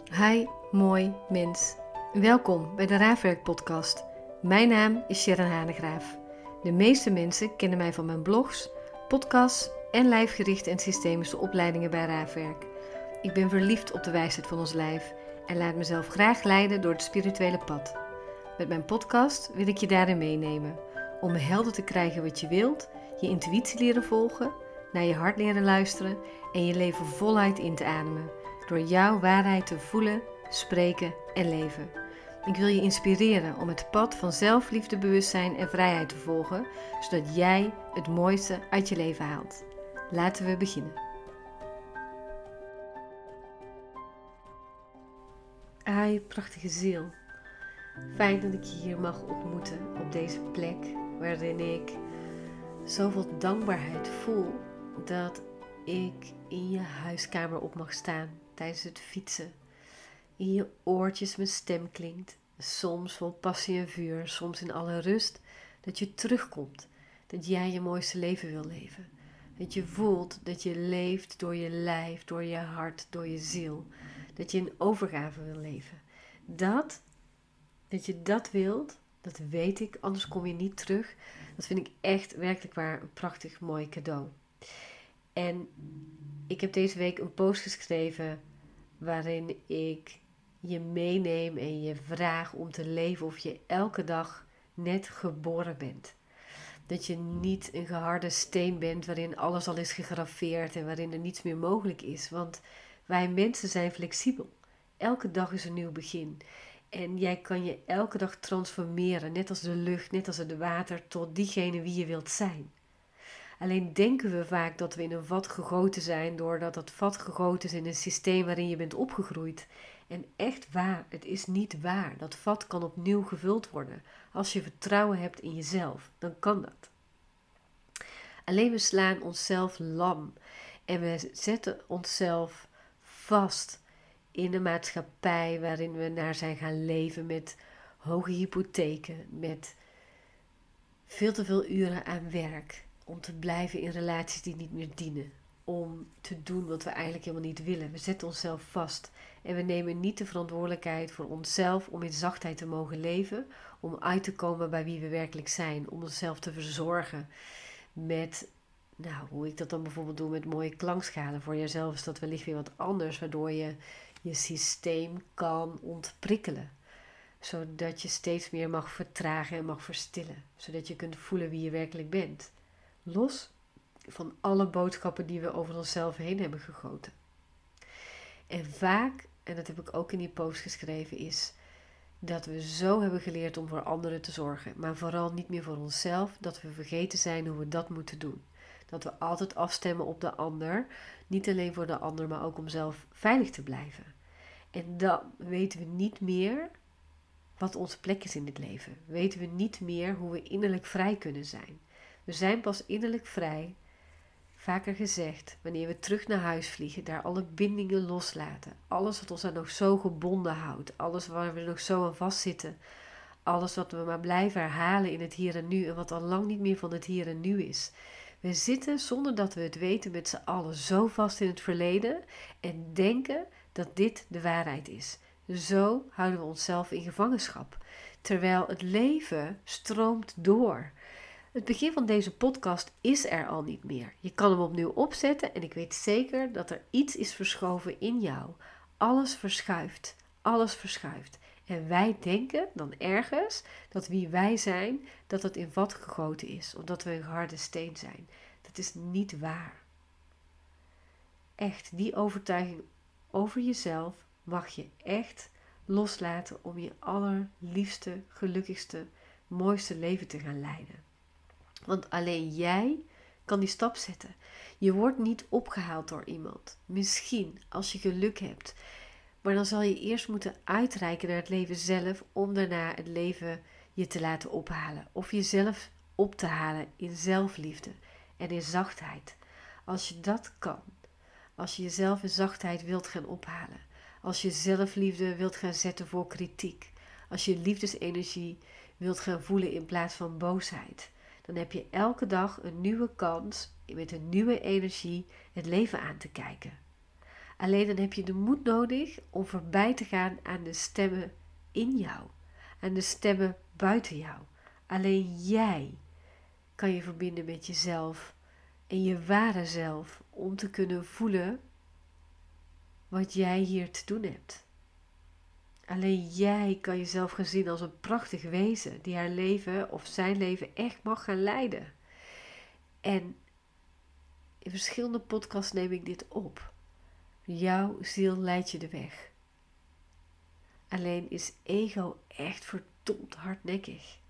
Hi, mooi mens. Welkom bij de Raafwerk podcast. Mijn naam is Sharon Hanegraaf. De meeste mensen kennen mij van mijn blogs, podcasts en lijfgerichte en systemische opleidingen bij Raafwerk. Ik ben verliefd op de wijsheid van ons lijf en laat mezelf graag leiden door het spirituele pad. Met mijn podcast wil ik je daarin meenemen, om helder te krijgen wat je wilt, je intuïtie leren volgen, naar je hart leren luisteren en je leven voluit in te ademen. Door jouw waarheid te voelen, spreken en leven. Ik wil je inspireren om het pad van zelfliefde, bewustzijn en vrijheid te volgen, zodat jij het mooiste uit je leven haalt. Laten we beginnen. Ai, prachtige ziel. Fijn dat ik je hier mag ontmoeten op deze plek waarin ik zoveel dankbaarheid voel dat ik in je huiskamer op mag staan tijdens het fietsen. In je oortjes mijn stem klinkt, soms vol passie en vuur, soms in alle rust, dat je terugkomt, dat jij je mooiste leven wil leven. Dat je voelt dat je leeft door je lijf, door je hart, door je ziel. Dat je in overgave wil leven. Dat je dat wilt, dat weet ik, anders kom je niet terug. Dat vind ik echt werkelijk waar een prachtig mooi cadeau. En ik heb deze week een post geschreven waarin ik je meeneem en je vraag om te leven of je elke dag net geboren bent. Dat je niet een geharde steen bent waarin alles al is gegraveerd en waarin er niets meer mogelijk is. Want wij mensen zijn flexibel. Elke dag is een nieuw begin. En jij kan je elke dag transformeren, net als de lucht, net als het water, tot diegene wie je wilt zijn. Alleen denken we vaak dat we in een vat gegoten zijn, doordat dat vat gegoten is in een systeem waarin je bent opgegroeid. En echt waar, het is niet waar. Dat vat kan opnieuw gevuld worden. Als je vertrouwen hebt in jezelf, dan kan dat. Alleen we slaan onszelf lam en we zetten onszelf vast in een maatschappij waarin we naar zijn gaan leven met hoge hypotheken, met veel te veel uren aan werk, om te blijven in relaties die niet meer dienen, om te doen wat we eigenlijk helemaal niet willen. We zetten onszelf vast en we nemen niet de verantwoordelijkheid voor onszelf om in zachtheid te mogen leven, om uit te komen bij wie we werkelijk zijn, om onszelf te verzorgen met, hoe ik dat dan bijvoorbeeld doe met mooie klankschalen. Voor jezelf is dat wellicht weer wat anders, waardoor je je systeem kan ontprikkelen. Zodat je steeds meer mag vertragen en mag verstillen. Zodat je kunt voelen wie je werkelijk bent. Los van alle boodschappen die we over onszelf heen hebben gegoten. En vaak, en dat heb ik ook in die post geschreven, is dat we zo hebben geleerd om voor anderen te zorgen. Maar vooral niet meer voor onszelf, dat we vergeten zijn hoe we dat moeten doen. Dat we altijd afstemmen op de ander. Niet alleen voor de ander, maar ook om zelf veilig te blijven. En dan weten we niet meer wat onze plek is in dit leven. Weten we niet meer hoe we innerlijk vrij kunnen zijn. We zijn pas innerlijk vrij, vaker gezegd, wanneer we terug naar huis vliegen, daar alle bindingen loslaten. Alles wat ons daar nog zo gebonden houdt. Alles waar we nog zo aan vastzitten. Alles wat we maar blijven herhalen in het hier en nu en wat al lang niet meer van het hier en nu is. We zitten, zonder dat we het weten, met z'n allen zo vast in het verleden en denken dat dit de waarheid is. Zo houden we onszelf in gevangenschap, terwijl het leven stroomt door. Het begin van deze podcast is er al niet meer. Je kan hem opnieuw opzetten en ik weet zeker dat er iets is verschoven in jou. Alles verschuift, alles verschuift. En wij denken dan ergens dat wie wij zijn, dat het in vat gegoten is, omdat we een harde steen zijn. Dat is niet waar. Echt, die overtuiging over jezelf mag je echt loslaten om je allerliefste, gelukkigste, mooiste leven te gaan leiden. Want alleen jij kan die stap zetten. Je wordt niet opgehaald door iemand. Misschien als je geluk hebt. Maar dan zal je eerst moeten uitreiken naar het leven zelf om daarna het leven je te laten ophalen. Of jezelf op te halen in zelfliefde en in zachtheid. Als je dat kan. Als je jezelf in zachtheid wilt gaan ophalen. Als je zelfliefde wilt gaan zetten voor kritiek. Als je liefdesenergie wilt gaan voelen in plaats van boosheid. Dan heb je elke dag een nieuwe kans met een nieuwe energie het leven aan te kijken. Alleen dan heb je de moed nodig om voorbij te gaan aan de stemmen in jou. Aan de stemmen buiten jou. Alleen jij kan je verbinden met jezelf en je ware zelf om te kunnen voelen wat jij hier te doen hebt. Alleen jij kan jezelf gaan zien als een prachtig wezen die haar leven of zijn leven echt mag gaan leiden. En in verschillende podcasts neem ik dit op. Jouw ziel leidt je de weg. Alleen is ego echt verdomd hardnekkig.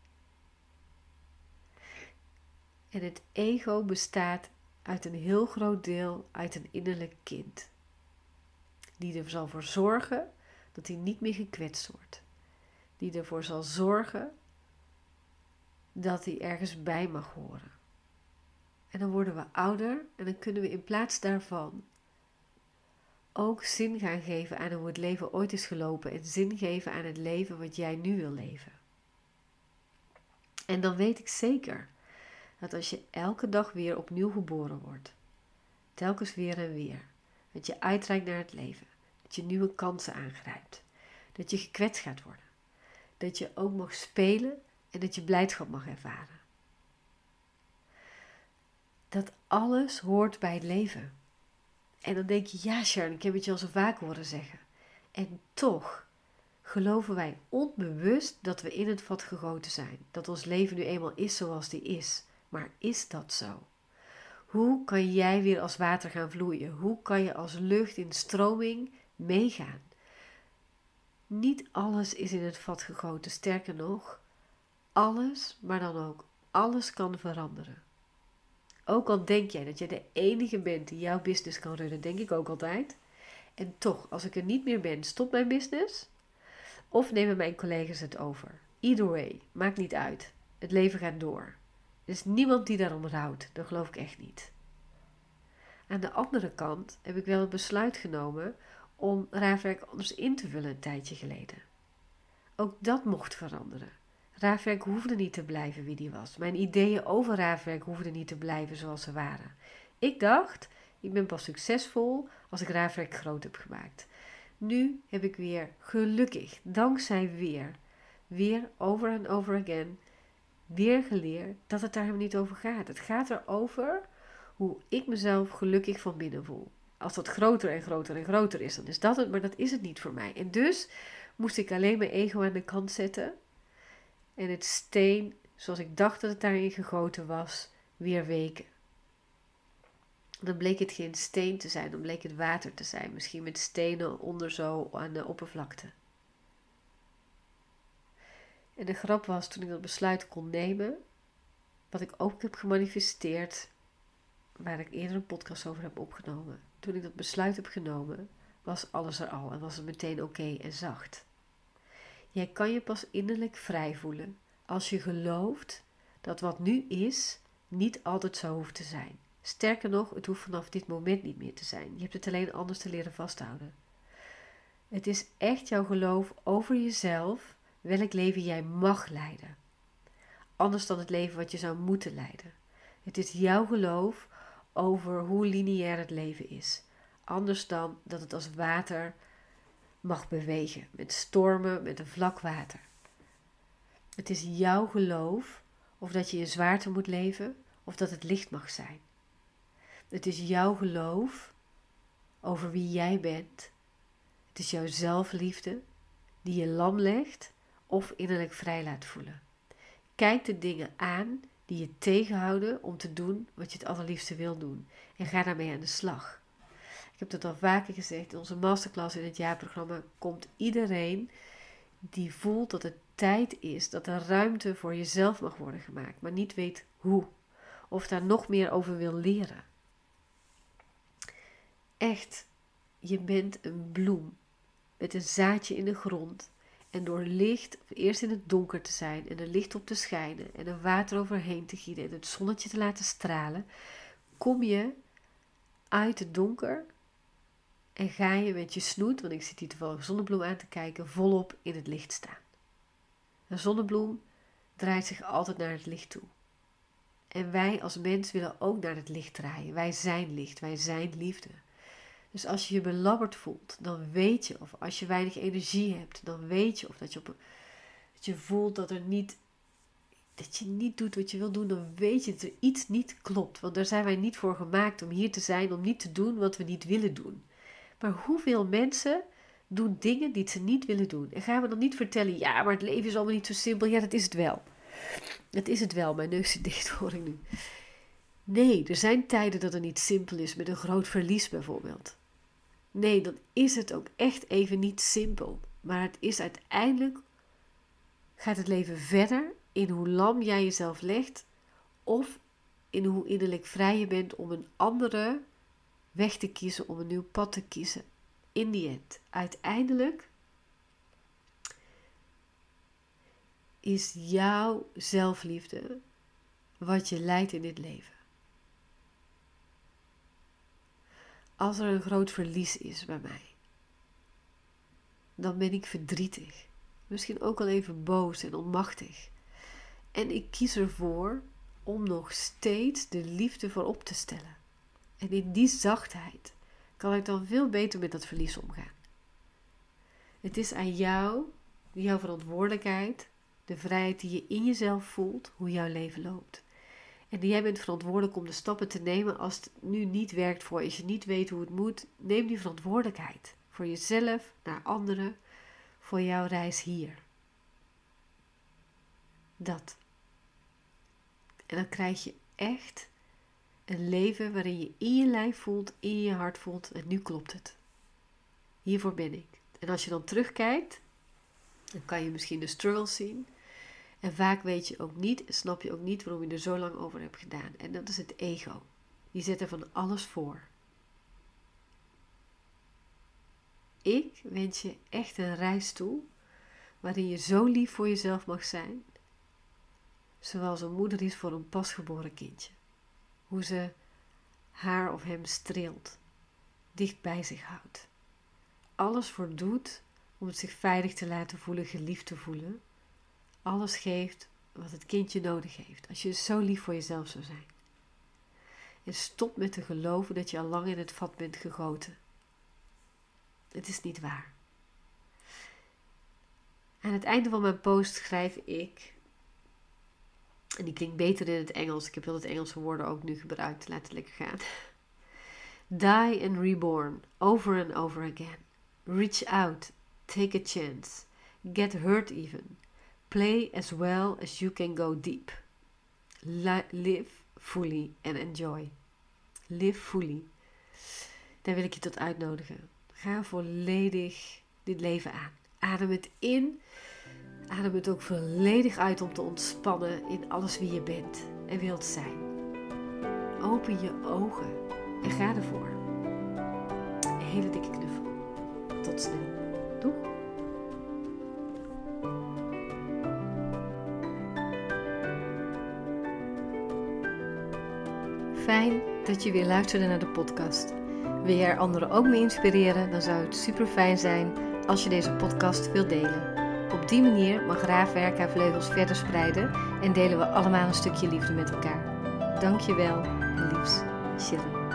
En het ego bestaat uit een heel groot deel uit een innerlijk kind. Die er zal voor zorgen dat hij niet meer gekwetst wordt. Die ervoor zal zorgen dat hij ergens bij mag horen. En dan worden we ouder en dan kunnen we in plaats daarvan ook zin gaan geven aan hoe het leven ooit is gelopen en zin geven aan het leven wat jij nu wil leven. En dan weet ik zeker dat als je elke dag weer opnieuw geboren wordt, telkens weer en weer, dat je uitreikt naar het leven, dat je nieuwe kansen aangrijpt, dat je gekwetst gaat worden, dat je ook mag spelen en dat je blijdschap mag ervaren. Dat alles hoort bij het leven. En dan denk je, ja Sharon, ik heb het je al zo vaak horen zeggen. En toch geloven wij onbewust dat we in het vat gegoten zijn. Dat ons leven nu eenmaal is zoals die is. Maar is dat zo? Hoe kan jij weer als water gaan vloeien? Hoe kan je als lucht in stroming meegaan? Niet alles is in het vat gegoten. Sterker nog, alles, maar dan ook alles kan veranderen. Ook al denk jij dat jij de enige bent die jouw business kan runnen, denk ik ook altijd. En toch, als ik er niet meer ben, stopt mijn business? Of nemen mijn collega's het over? Either way, maakt niet uit. Het leven gaat door. Er is niemand die daarom rouwt, dat geloof ik echt niet. Aan de andere kant heb ik wel het besluit genomen om Raafwerk anders in te vullen een tijdje geleden. Ook dat mocht veranderen. Raafwerk hoefde niet te blijven wie die was. Mijn ideeën over Raafwerk hoefden niet te blijven zoals ze waren. Ik dacht, ik ben pas succesvol als ik Raafwerk groot heb gemaakt. Nu heb ik weer gelukkig, dankzij weer over en over again, weer geleerd dat het daar helemaal niet over gaat. Het gaat erover hoe ik mezelf gelukkig van binnen voel. Als dat groter en groter en groter is, dan is dat het, maar dat is het niet voor mij. En dus moest ik alleen mijn ego aan de kant zetten en het steen, zoals ik dacht dat het daarin gegoten was, weer weken. Dan bleek het geen steen te zijn, dan bleek het water te zijn. Misschien met stenen onder zo aan de oppervlakte. En de grap was, toen ik dat besluit kon nemen, wat ik ook heb gemanifesteerd, waar ik eerder een podcast over heb opgenomen. Toen ik dat besluit heb genomen, was alles er al en was het meteen oké en zacht. Jij kan je pas innerlijk vrij voelen als je gelooft dat wat nu is niet altijd zo hoeft te zijn. Sterker nog, het hoeft vanaf dit moment niet meer te zijn. Je hebt het alleen anders te leren vasthouden. Het is echt jouw geloof over jezelf, welk leven jij mag leiden. Anders dan het leven wat je zou moeten leiden. Het is jouw geloof over hoe lineair het leven is. Anders dan dat het als water mag bewegen. Met stormen, met een vlak water. Het is jouw geloof of dat je in zwaarte moet leven of dat het licht mag zijn. Het is jouw geloof over wie jij bent. Het is jouw zelfliefde die je lam legt of innerlijk vrij laat voelen. Kijk de dingen aan die je tegenhouden om te doen wat je het allerliefste wil doen. En ga daarmee aan de slag. Ik heb het al vaker gezegd, in onze masterclass in het jaarprogramma komt iedereen die voelt dat het tijd is, dat er ruimte voor jezelf mag worden gemaakt, maar niet weet hoe. Of daar nog meer over wil leren. Echt, je bent een bloem met een zaadje in de grond. En door licht, eerst in het donker te zijn en er licht op te schijnen en er water overheen te gieten en het zonnetje te laten stralen, kom je uit het donker en ga je met je snoet, want ik zit hier toevallig een zonnebloem aan te kijken, volop in het licht staan. Een zonnebloem draait zich altijd naar het licht toe. En wij als mens willen ook naar het licht draaien. Wij zijn licht, wij zijn liefde. Dus als je je belabberd voelt, dan weet je, of als je weinig energie hebt, dan weet je, of dat je voelt dat je niet doet wat je wil doen, dan weet je dat er iets niet klopt. Want daar zijn wij niet voor gemaakt om hier te zijn, om niet te doen wat we niet willen doen. Maar hoeveel mensen doen dingen die ze niet willen doen? En gaan we dan niet vertellen, ja, maar het leven is allemaal niet zo simpel. Ja, dat is het wel. Dat is het wel. Mijn neus zit dicht, hoor ik nu. Nee, er zijn tijden dat het niet simpel is met een groot verlies bijvoorbeeld. Nee, dan is het ook echt even niet simpel. Maar het is uiteindelijk, gaat het leven verder in hoe lam jij jezelf legt of in hoe innerlijk vrij je bent om een andere weg te kiezen, om een nieuw pad te kiezen. In the end. Uiteindelijk is jouw zelfliefde wat je leidt in dit leven. Als er een groot verlies is bij mij, dan ben ik verdrietig. Misschien ook al even boos en onmachtig. En ik kies ervoor om nog steeds de liefde voorop te stellen. En in die zachtheid kan ik dan veel beter met dat verlies omgaan. Het is aan jou, jouw verantwoordelijkheid, de vrijheid die je in jezelf voelt, hoe jouw leven loopt. En jij bent verantwoordelijk om de stappen te nemen als het nu niet werkt voor je. Als je niet weet hoe het moet, neem die verantwoordelijkheid. Voor jezelf, naar anderen, voor jouw reis hier. Dat. En dan krijg je echt een leven waarin je in je lijf voelt, in je hart voelt. En nu klopt het. Hiervoor ben ik. En als je dan terugkijkt, dan kan je misschien de struggles zien. En vaak weet je ook niet, snap je ook niet waarom je er zo lang over hebt gedaan. En dat is het ego. Die zet er van alles voor. Ik wens je echt een reis toe, waarin je zo lief voor jezelf mag zijn, zoals een moeder is voor een pasgeboren kindje. Hoe ze haar of hem streelt, dicht bij zich houdt. Alles voor doet om het zich veilig te laten voelen, geliefd te voelen. Alles geeft wat het kindje nodig heeft. Als je zo lief voor jezelf zou zijn. En stop met te geloven dat je al lang in het vat bent gegoten. Het is niet waar. Aan het einde van mijn post schrijf ik, en die klinkt beter in het Engels, ik heb heel het Engelse woorden ook nu gebruikt, laat het lekker gaan. Die and reborn, over and over again. Reach out, take a chance, get hurt even. Play as well as you can go deep. Live fully and enjoy. Live fully. Daar wil ik je tot uitnodigen. Ga volledig dit leven aan. Adem het in. Adem het ook volledig uit om te ontspannen in alles wie je bent en wilt zijn. Open je ogen en ga ervoor. Een hele dikke knuffel. Tot snel. Doeg! Fijn dat je weer luisterde naar de podcast. Wil je er anderen ook mee inspireren, dan zou het super fijn zijn als je deze podcast wilt delen. Op die manier mag Raafwerk haar vleugels verder spreiden en delen we allemaal een stukje liefde met elkaar. Dank je wel, liefs, Sharon.